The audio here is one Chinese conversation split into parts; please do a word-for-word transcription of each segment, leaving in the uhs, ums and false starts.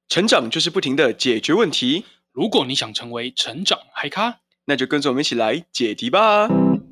成长就是不停的解决问题， 如果你想成为成长嗨咖， 那就跟着我们一起来解题吧。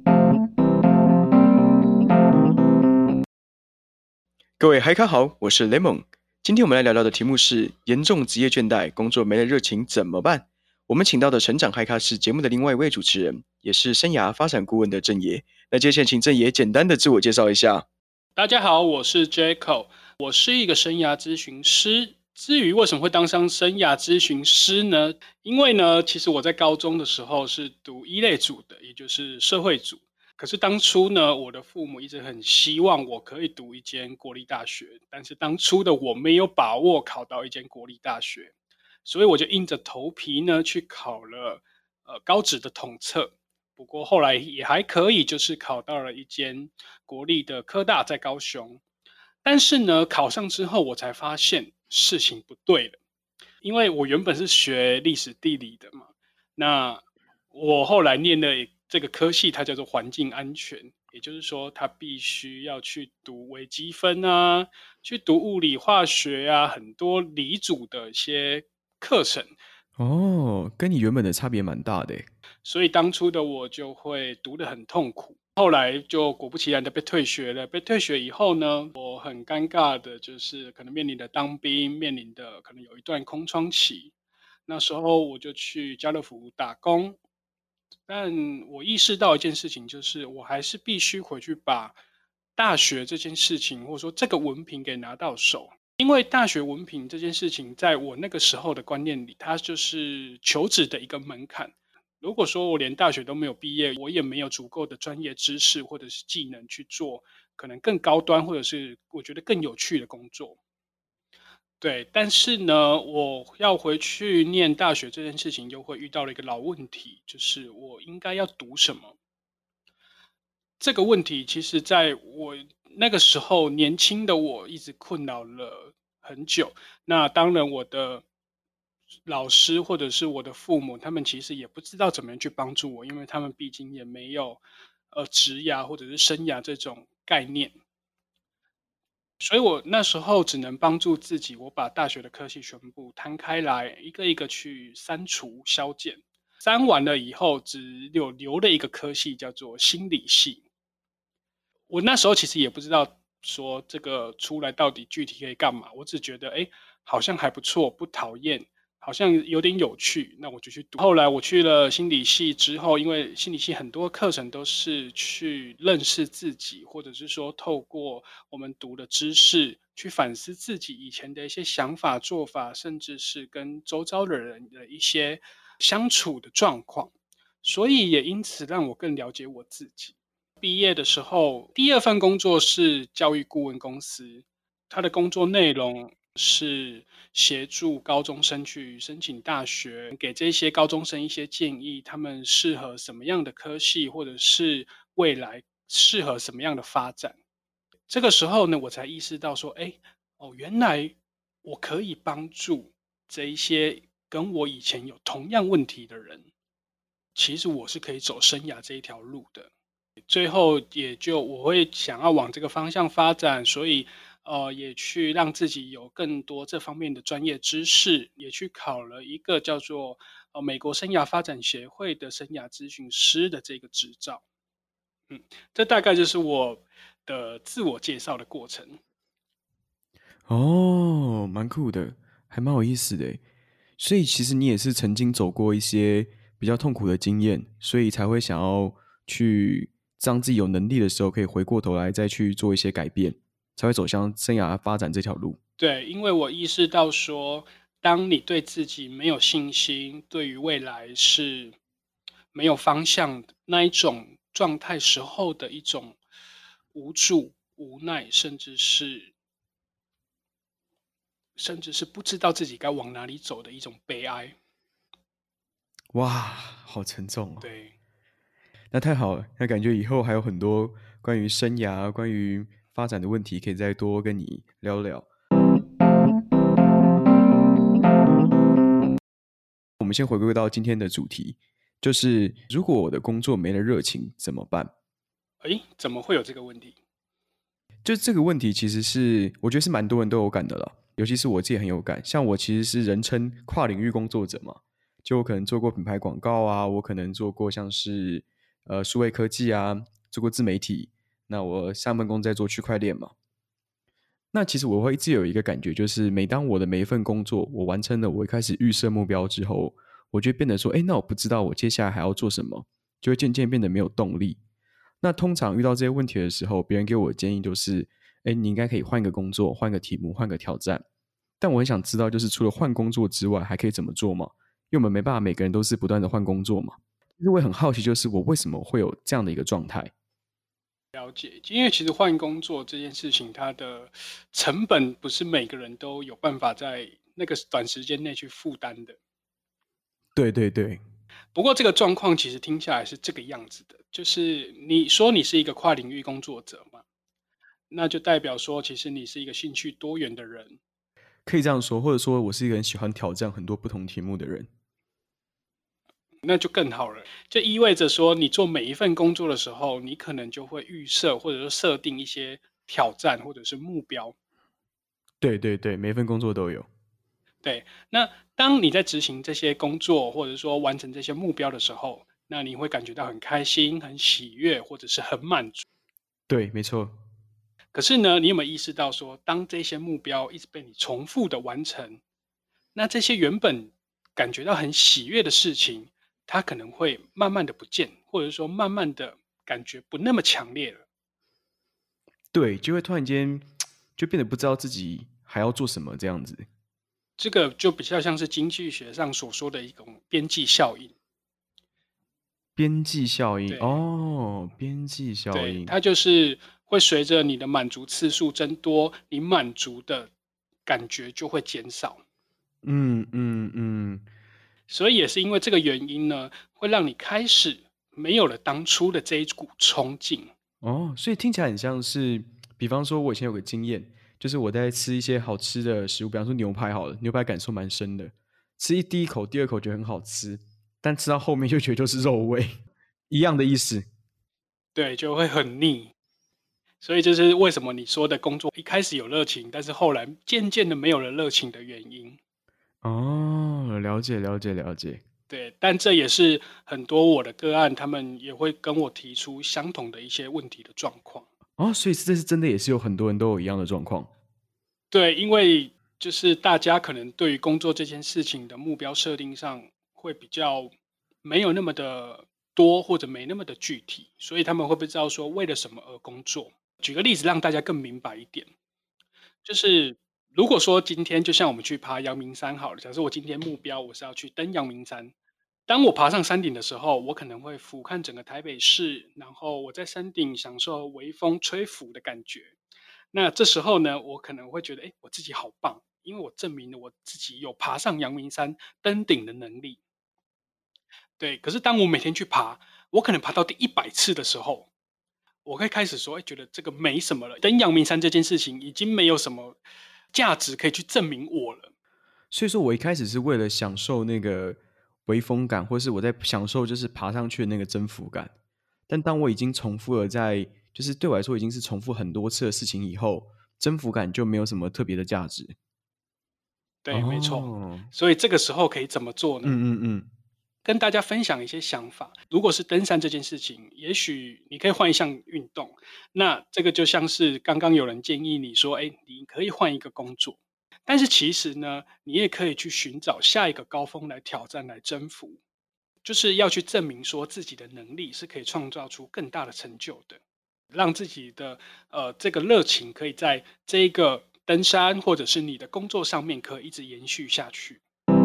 各位嗨咖好，我是 Lemon。今天我们来聊聊的题目是严重职业倦怠，工作没了热情怎么办？我们请到的成长嗨咖是节目的另外一位主持人，也是生涯发展顾问的郑爷。那接下来请郑爷简单的自我介绍一下。 大家好，我是 Jaco， 我是一个生涯咨询师。至于为什么会当上生涯咨询师呢？因为呢，其实我在高中的时候是读一类组的，也就是社会组。可是当初呢，我的父母一直很希望我可以读一间国立大学，但是当初的我没有把握考到一间国立大学，所以我就硬着头皮呢去考了呃高职的统测。不过后来也还可以，就是考到了一间国立的科大在高雄。但是呢，考上之后我才发现事情不对了，因为我原本是学历史地理的嘛，那我后来念的这个科系它叫做环境安全，也就是说它必须要去读微积分啊，去读物理化学啊，很多理组的一些课程。 哦，跟你原本的差别蛮大的耶。 所以当初的我就会读得很痛苦，后来就果不其然的被退学了。被退学以后呢，我很尴尬的就是可能面临的当兵，面临的可能有一段空窗期。那时候我就去家乐福打工，但我意识到一件事情，就是我还是必须回去把大学这件事情，或者说这个文凭给拿到手。因为大学文凭这件事情，在我那个时候的观念里，它就是求职的一个门槛。如果说我连大学都没有毕业，我也没有足够的专业知识或者是技能去做可能更高端或者是我觉得更有趣的工作。对，但是呢，我要回去念大学这件事情，又会遇到了一个老问题，就是我应该要读什么？这个问题其实在我那个时候年轻的我一直困扰了很久。那当然我的老师或者是我的父母，他们其实也不知道怎么样去帮助我，因为他们毕竟也没有呃职涯或者是生涯这种概念。所以我那时候只能帮助自己，我把大学的科系全部摊开来，一个一个去删除削减。删完了以后，只有留了一个科系，叫做心理系。我那时候其实也不知道说这个出来到底具体可以干嘛，我只觉得哎，好像还不错，不讨厌，好像有点有趣，那我就去读。后来我去了心理系之后，因为心理系很多课程都是去认识自己，或者是说透过我们读的知识去反思自己以前的一些想法、做法，甚至是跟周遭的人的一些相处的状况，所以也因此让我更了解我自己。毕业的时候，第二份工作是教育顾问公司，他的工作内容是协助高中生去申请大学，给这些高中生一些建议，他们适合什么样的科系，或者是未来适合什么样的发展。这个时候呢，我才意识到说，哎，哦，原来我可以帮助这一些跟我以前有同样问题的人，其实我是可以走生涯这一条路的。最后也就我会想要往这个方向发展，所以呃也去让自己有更多这方面的专业知识，也去考了一个叫做呃美国生涯发展协会的生涯咨询师的这个执照。嗯，这大概就是我的自我介绍的过程。 哦，蛮酷的，还蛮有意思的耶。所以其实你也是曾经走过一些比较痛苦的经验，所以才会想要去让自己有能力的时候，可以回过头来再去做一些改变，才会走向生涯发展这条路。 对，因为我意识到说，当你对自己没有信心，对于未来是没有方向的那一种状态时候的一种无助、无奈，甚至是甚至是不知道自己该往哪里走的一种悲哀。 哇，好沉重哦。 对， 那太好了，那感觉以后还有很多关于生涯、关于发展的问题，可以再多跟你聊聊。我们先回归到今天的主题，就是如果我的工作没了热情怎么办？ 诶，怎么会有这个问题？ 就这个问题，其实是我觉得是蛮多人都有感的了。 尤其是我自己很有感，像我其实是人称跨领域工作者嘛，就我可能做过品牌广告啊，我可能做过像是呃数位科技啊，做过自媒体，那我上半工在做区块链嘛。那其实我会一直有一个感觉，就是每当我的每一份工作我完成了我一开始预设目标之后，我就变得说，哎，那我不知道我接下来还要做什么，就会渐渐变得没有动力。那通常遇到这些问题的时候，别人给我的建议就是，哎，你应该可以换一个工作，换个题目，换个挑战。但我很想知道，就是除了换工作之外，还可以怎么做嘛？因为我们没办法每个人都是不断的换工作嘛。其实我也很好奇，就是我为什么会有这样的一个状态？ 了解，因为其实换工作这件事情，它的成本不是每个人都有办法在那个短时间内去负担的。 对对对， 不过这个状况其实听下来是这个样子的，就是你说你是一个跨领域工作者嘛，那就代表说其实你是一个兴趣多元的人。 可以这样说，或者说我是一个很喜欢挑战很多不同题目的人。 那就更好了，就意味着说，你做每一份工作的时候，你可能就会预设或者说设定一些挑战或者是目标。 对对对，每一份工作都有。 对，那当你在执行这些工作，或者说完成这些目标的时候，那你会感觉到很开心、很喜悦，或者是很满足。 对，没错。 可是呢，你有没有意识到说，当这些目标一直被你重复的完成，那这些原本感觉到很喜悦的事情，它可能会慢慢的不见，或者说慢慢的感觉不那么强烈了。 对，就会突然间就变得不知道自己还要做什么这样子。 这个就比较像是经济学上所说的一种边际效应。 边际效应， 对哦，边际效对， 应。 它就是会随着你的满足次数增多，你满足的感觉就会减少。 嗯嗯嗯。 所以也是因为这个原因呢，会让你开始没有了当初的这一股冲劲。 哦，所以听起来很像是，比方说，我以前有个经验，就是我在吃一些好吃的食物，比方说牛排好了，牛排感受蛮深的，吃一第一口、第二口觉得很好吃，但吃到后面就觉得就是肉味，一样的意思。 对，就会很腻。所以这是为什么你说的工作一开始有热情，但是后来渐渐的没有了热情的原因。 哦，了解了解了解。 对，但这也是很多我的个案，他们也会跟我提出相同的一些问题的状况。 哦，所以这是真的，也是有很多人都有一样的状况。 对，因为就是大家可能对于工作这件事情的目标设定上会比较没有那么的多，或者没那么的具体，所以他们会不知道说为了什么而工作。举个例子让大家更明白一点，就是如果说今天就像我们去爬阳明山好了，假设我今天目标我是要去登阳明山，当我爬上山顶的时候，我可能会俯瞰整个台北市，然后我在山顶享受微风吹拂的感觉。那这时候呢，我可能会觉得，哎，我自己好棒，因为我证明了我自己有爬上阳明山登顶的能力。对，可是当我每天去爬，我可能爬到第一百次的时候，我会开始说，哎，觉得这个没什么了。登阳明山这件事情已经没有什么价值可以去证明我了。 所以说我一开始是为了享受那个微风感，或是我在享受就是爬上去的那个征服感。但当我已经重复了在，就是对我来说已经是重复很多次的事情以后，征服感就没有什么特别的价值。 对，没错。 哦。 所以这个时候可以怎么做呢？ 嗯嗯嗯。 跟大家分享一些想法。如果是登山这件事情，也许你可以换一项运动。那这个就像是刚刚有人建议你说，哎，你可以换一个工作。但是其实呢，你也可以去寻找下一个高峰来挑战、来征服，就是要去证明说自己的能力是可以创造出更大的成就的，让自己的呃这个热情可以在这一个登山或者是你的工作上面可以一直延续下去。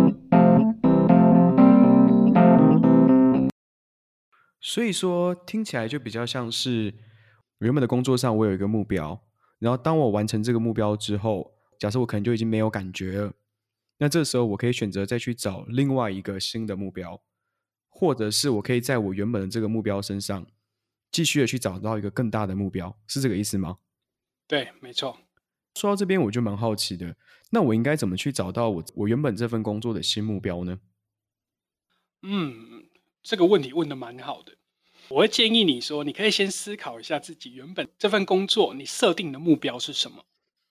所以说听起来就比较像是原本的工作上我有一个目标，然后当我完成这个目标之后，假设我可能就已经没有感觉了，那这时候我可以选择再去找另外一个新的目标，或者是我可以在我原本的这个目标身上继续的去找到一个更大的目标，是这个意思吗？ 对，没错。 说到这边我就蛮好奇的，那我应该怎么去找到我我原本这份工作的新目标呢？ 嗯，这个问题问的蛮好的。我会建议你说，你可以先思考一下自己原本这份工作你设定的目标是什么。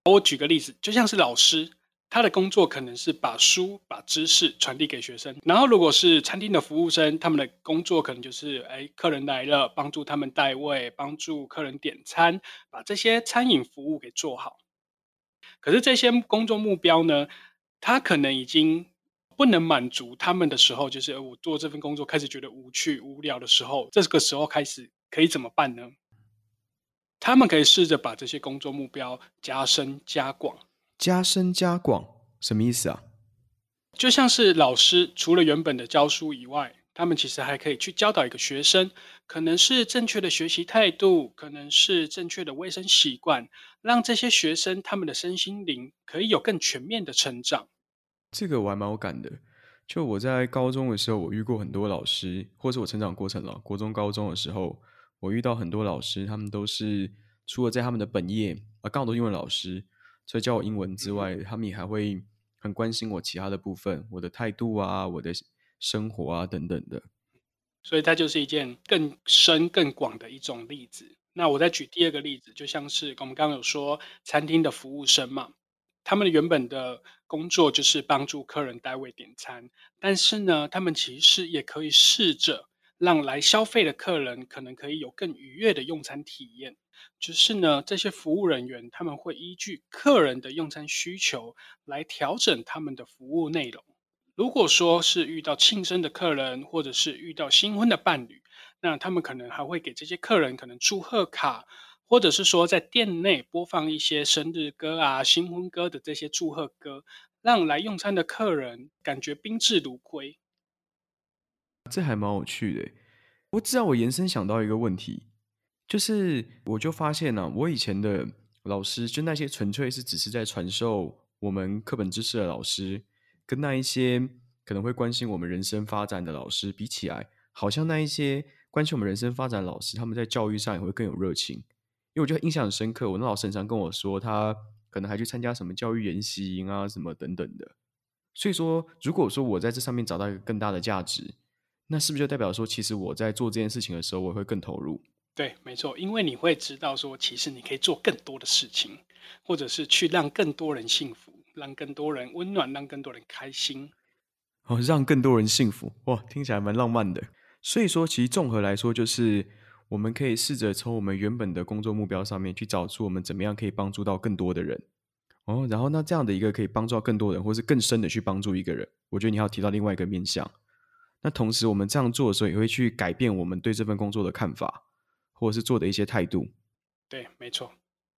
我举个例子，就像是老师，他的工作可能是把书、把知识传递给学生。然后，如果是餐厅的服务生，他们的工作可能就是，哎，客人来了，帮助他们带位，帮助客人点餐，把这些餐饮服务给做好。可是这些工作目标呢，他可能已经不能满足他们的时候，就是呃我做这份工作开始觉得无趣、无聊的时候，这个时候开始可以怎么办呢？他们可以试着把这些工作目标加深加广。 加深加广什么意思啊？ 就像是老师除了原本的教书以外，他们其实还可以去教导一个学生，可能是正确的学习态度，可能是正确的卫生习惯，让这些学生他们的身心灵可以有更全面的成长。 这个我还蛮有感的。就我在高中的时候，我遇过很多老师，或是我成长过程了，国中、高中的时候，我遇到很多老师，他们都是除了在他们的本业啊，刚好都是英文老师，所以教我英文之嗯哼。 外，他们也还会很关心我其他的部分，我的态度啊，我的生活啊等等的。 所以它就是一件更深更广的一种例子。那我再举第二个例子，就像是我们刚刚有说餐厅的服务生嘛，他们原本的工作就是帮助客人带位点餐，但是呢，他们其实也可以试着让来消费的客人可能可以有更愉悦的用餐体验。就是呢，这些服务人员他们会依据客人的用餐需求来调整他们的服务内容。如果说是遇到庆生的客人，或者是遇到新婚的伴侣，那他们可能还会给这些客人可能祝贺卡，或者是说在店内播放一些生日歌啊、新婚歌的这些祝贺歌，让来用餐的客人感觉宾至如归。 这还蛮有趣的欸。不过这让我延伸想到一个问题，就是我就发现呢、我以前的老师，就那些纯粹是只是在传授我们课本知识的老师，跟那一些可能会关心我们人生发展的老师比起来，好像那一些关心我们人生发展的老师，他们在教育上也会更有热情。因为我就印象很深刻，我那老师很常跟我说，他可能还去参加什么教育研习营啊，什么等等的。所以说，如果说我在这上面找到一个更大的价值，那是不是就代表说，其实我在做这件事情的时候，我会更投入？ 对，没错，因为你会知道说，其实你可以做更多的事情，或者是去让更多人幸福，让更多人温暖，让更多人开心。 哦，让更多人幸福，哇，听起来蛮浪漫的。所以说，其实综合来说，就是我们可以试着从我们原本的工作目标上面去找出我们怎么样可以帮助到更多的人。哦，然后那这样的一个可以帮助到更多人，或是更深的去帮助一个人，我觉得你还要提到另外一个面向。那同时，我们这样做的时候，也会去改变我们对这份工作的看法，或者是做的一些态度。 对，没错。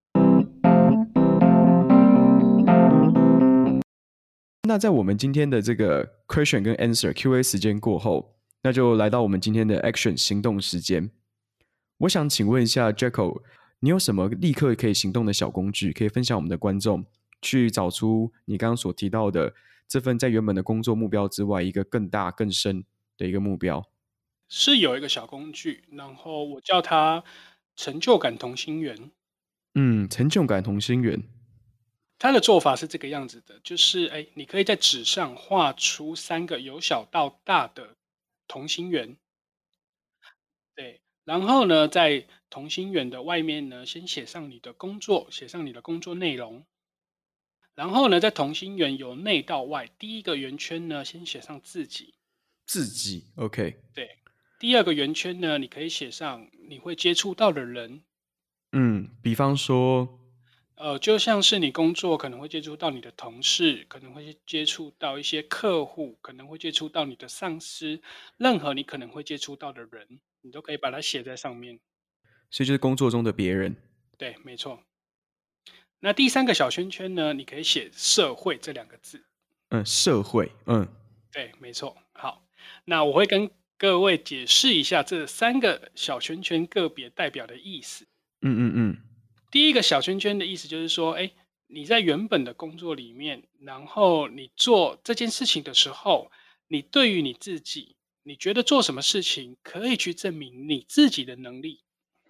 那在我们今天的这个 question 跟 answer Q A 时间过后，那就来到我们今天的 action 行动时间。我想请问一下 Jacko，你有什么立刻可以行动的小工具，可以分享我们的观众，去找出你刚刚所提到的这份在原本的工作目标之外，一个更大更深的一个目标？ 是有一个小工具，然后我叫它成就感同心圆。 嗯，成就感同心圆。 它的做法是这个样子的，就是哎，你可以在纸上画出三个由小到大的同心圆。对，然后呢，在同心圆的外面呢，先写上你的工作，写上你的工作内容。然后呢，在同心圆由内到外，第一个圆圈呢，先写上自己。 自己 OK。 对，第二个圆圈呢，你可以写上你会接触到的人。 嗯，比方说， 呃，就像是你工作可能会接触到你的同事，可能会接触到一些客户，可能会接触到你的上司，任何你可能会接触到的人，你都可以把它写在上面。 所以就是工作中的别人。 对，没错。那第三个小圈圈呢，你可以写社会这两个字。 嗯，社会。嗯对，没错。好，那我会跟各位解释一下这三个小圈圈个别代表的意思。 嗯嗯嗯。 第一个小圈圈的意思就是说，哎，你在原本的工作里面，然后你做这件事情的时候，你对于你自己，你觉得做什么事情可以去证明你自己的能力。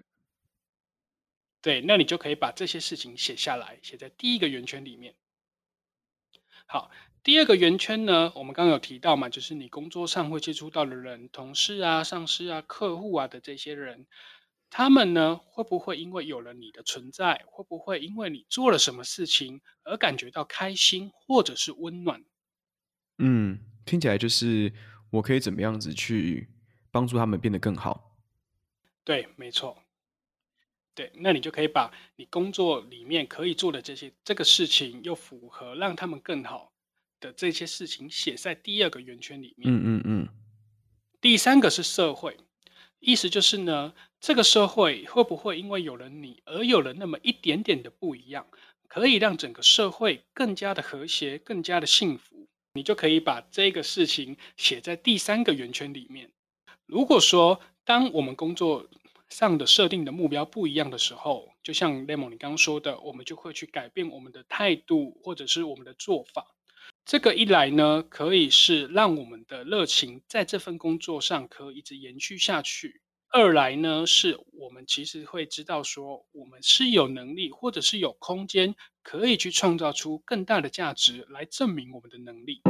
对，那你就可以把这些事情写下来，写在第一个圆圈里面。好，第二个圆圈呢，我们刚刚有提到嘛，就是你工作上会接触到的人，同事啊、上司啊、客户啊的这些人。 他们呢会不会因为有了你的存在，会不会因为你做了什么事情而感觉到开心或者是温暖？ 嗯，听起来就是我可以怎么样子去帮助他们变得更好。 对，没错。对，那你就可以把你工作里面可以做的这些这个事情，又符合让他们更好的这些事情写在第二个圆圈里面。 嗯嗯嗯。 第三个是社会，意思就是呢，这个社会会不会因为有了你而有了那么一点点的不一样，可以让整个社会更加的和谐，更加的幸福，你就可以把这个事情写在第三个圆圈里面。如果说当我们工作上的设定的目标不一样的时候，就像 Lemon 你刚刚说的，我们就会去改变我们的态度或者是我们的做法。这个一来呢，可以是让我们的热情在这份工作上可以一直延续下去；二来呢，是我们其实会知道说，我们是有能力或者是有空间可以去创造出更大的价值来证明我们的能力。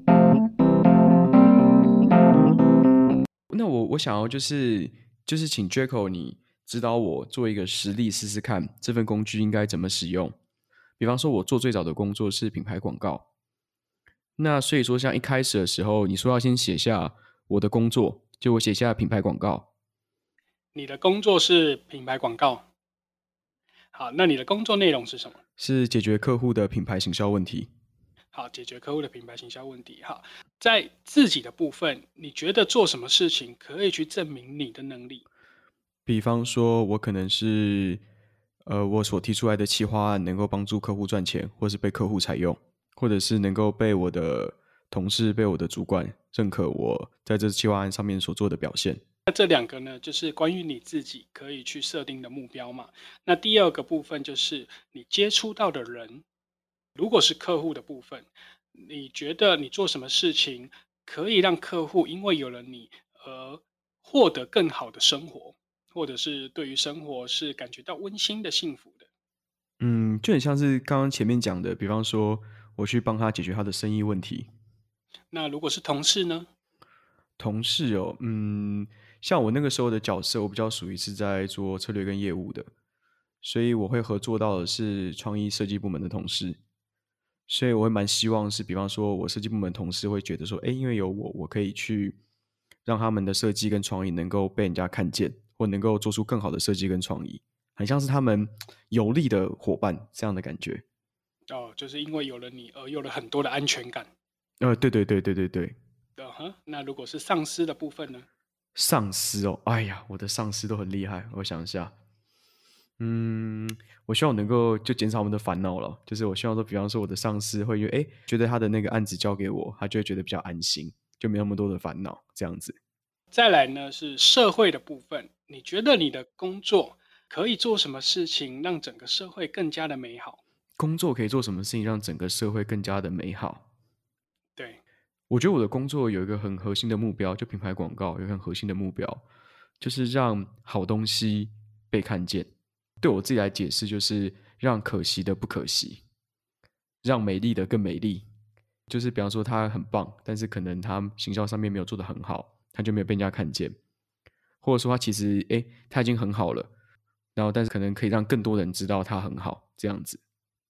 那我我想要就是就是请 Jaco 你指导我做一个实例试试看，这份工具应该怎么使用。比方说，我做最早的工作是品牌广告，那所以说，像一开始的时候，你说要先写下我的工作，就我写下品牌广告。 你的工作是品牌广告，好，那你的工作内容是什么？ 是解决客户的品牌行销问题。 好，解决客户的品牌行销问题。好，在自己的部分，你觉得做什么事情可以去证明你的能力？ 比方说，我可能是呃，我所提出来的企划案能够帮助客户赚钱，或是被客户采用，或者是能够被我的同事、被我的主管认可我在这企划案上面所做的表现。 那这两个呢，就是关于你自己可以去设定的目标嘛。那第二个部分就是你接触到的人，如果是客户的部分，你觉得你做什么事情可以让客户因为有了你而获得更好的生活，或者是对于生活是感觉到温馨的、幸福的？ 嗯，就很像是刚刚前面讲的，比方说我去帮他解决他的生意问题。 那如果是同事呢？ 同事哦，嗯，像我那个时候的角色，我比较属于是在做策略跟业务的，所以我会合作到的是创意设计部门的同事，所以我会蛮希望是，比方说我设计部门同事会觉得说，哎，因为有我，我可以去让他们的设计跟创意能够被人家看见，或能够做出更好的设计跟创意，很像是他们有力的伙伴这样的感觉。 哦，就是因为有了你而有了很多的安全感。 呃，对对对对对对。 嗯哼，那如果是上司的部分呢？ 上司哦，哎呀，我的上司都很厉害。我想一下，嗯，我希望我能够就减少我们的烦恼了。就是我希望说，比方说我的上司会觉得，哎，觉得他的那个案子交给我，他就会觉得比较安心，就没那么多的烦恼，这样子。 再来呢是社会的部分，你觉得你的工作可以做什么事情让整个社会更加的美好？ 工作可以做什么事情让整个社会更加的美好？ 对， 我觉得我的工作有一个很核心的目标，就品牌广告有一个很核心的目标，就是让好东西被看见。对我自己来解释，就是让可惜的不可惜，让美丽的更美丽。就是比方说它很棒，但是可能它行销上面没有做得很好，它就没有被人家看见，或者说它其实诶它已经很好了，然后但是可能可以让更多人知道它很好，这样子。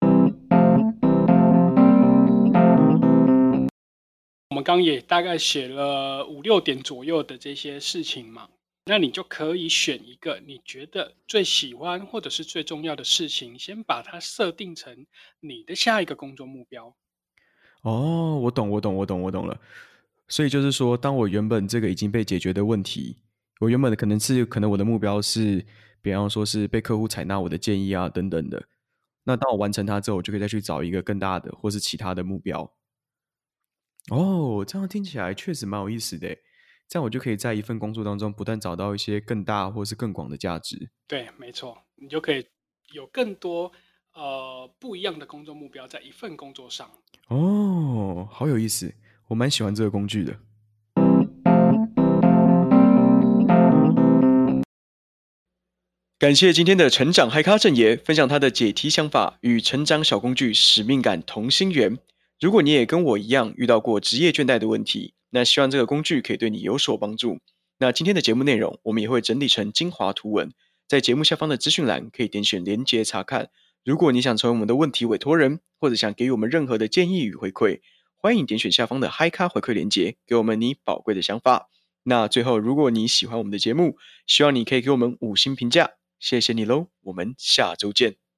我们刚刚也大概写了五六点左右的这些事情嘛，那你就可以选一个你觉得最喜欢或者是最重要的事情，先把它设定成你的下一个工作目标。 哦，我懂，我懂，我懂，我懂了。所以就是说，当我原本这个已经被解决的问题，我原本的可能是可能我的目标是，比方说是被客户采纳我的建议啊等等的。那当我完成它之后，我就可以再去找一个更大的或是其他的目标。哦，这样听起来确实蛮有意思的诶，这样我就可以在一份工作当中不断找到一些更大或是更广的价值。 对，没错，你就可以有更多呃不一样的工作目标在一份工作上。 哦，好有意思，我蛮喜欢这个工具的。感谢今天的成长嗨咖正爷分享他的解题想法与成长小工具使命感同心圆。如果你也跟我一样遇到过职业倦怠的问题，那希望这个工具可以对你有所帮助。那今天的节目内容我们也会整理成精华图文， 在节目下方的资讯栏可以点选连结查看。如果你想成为我们的问题委托人，或者想给予我们任何的建议与回馈，欢迎点选下方的嗨咖回馈连结，给我们你宝贵的想法。那最后，如果你喜欢我们的节目，希望你可以给我们五星评价，谢谢你喽，我们下周见。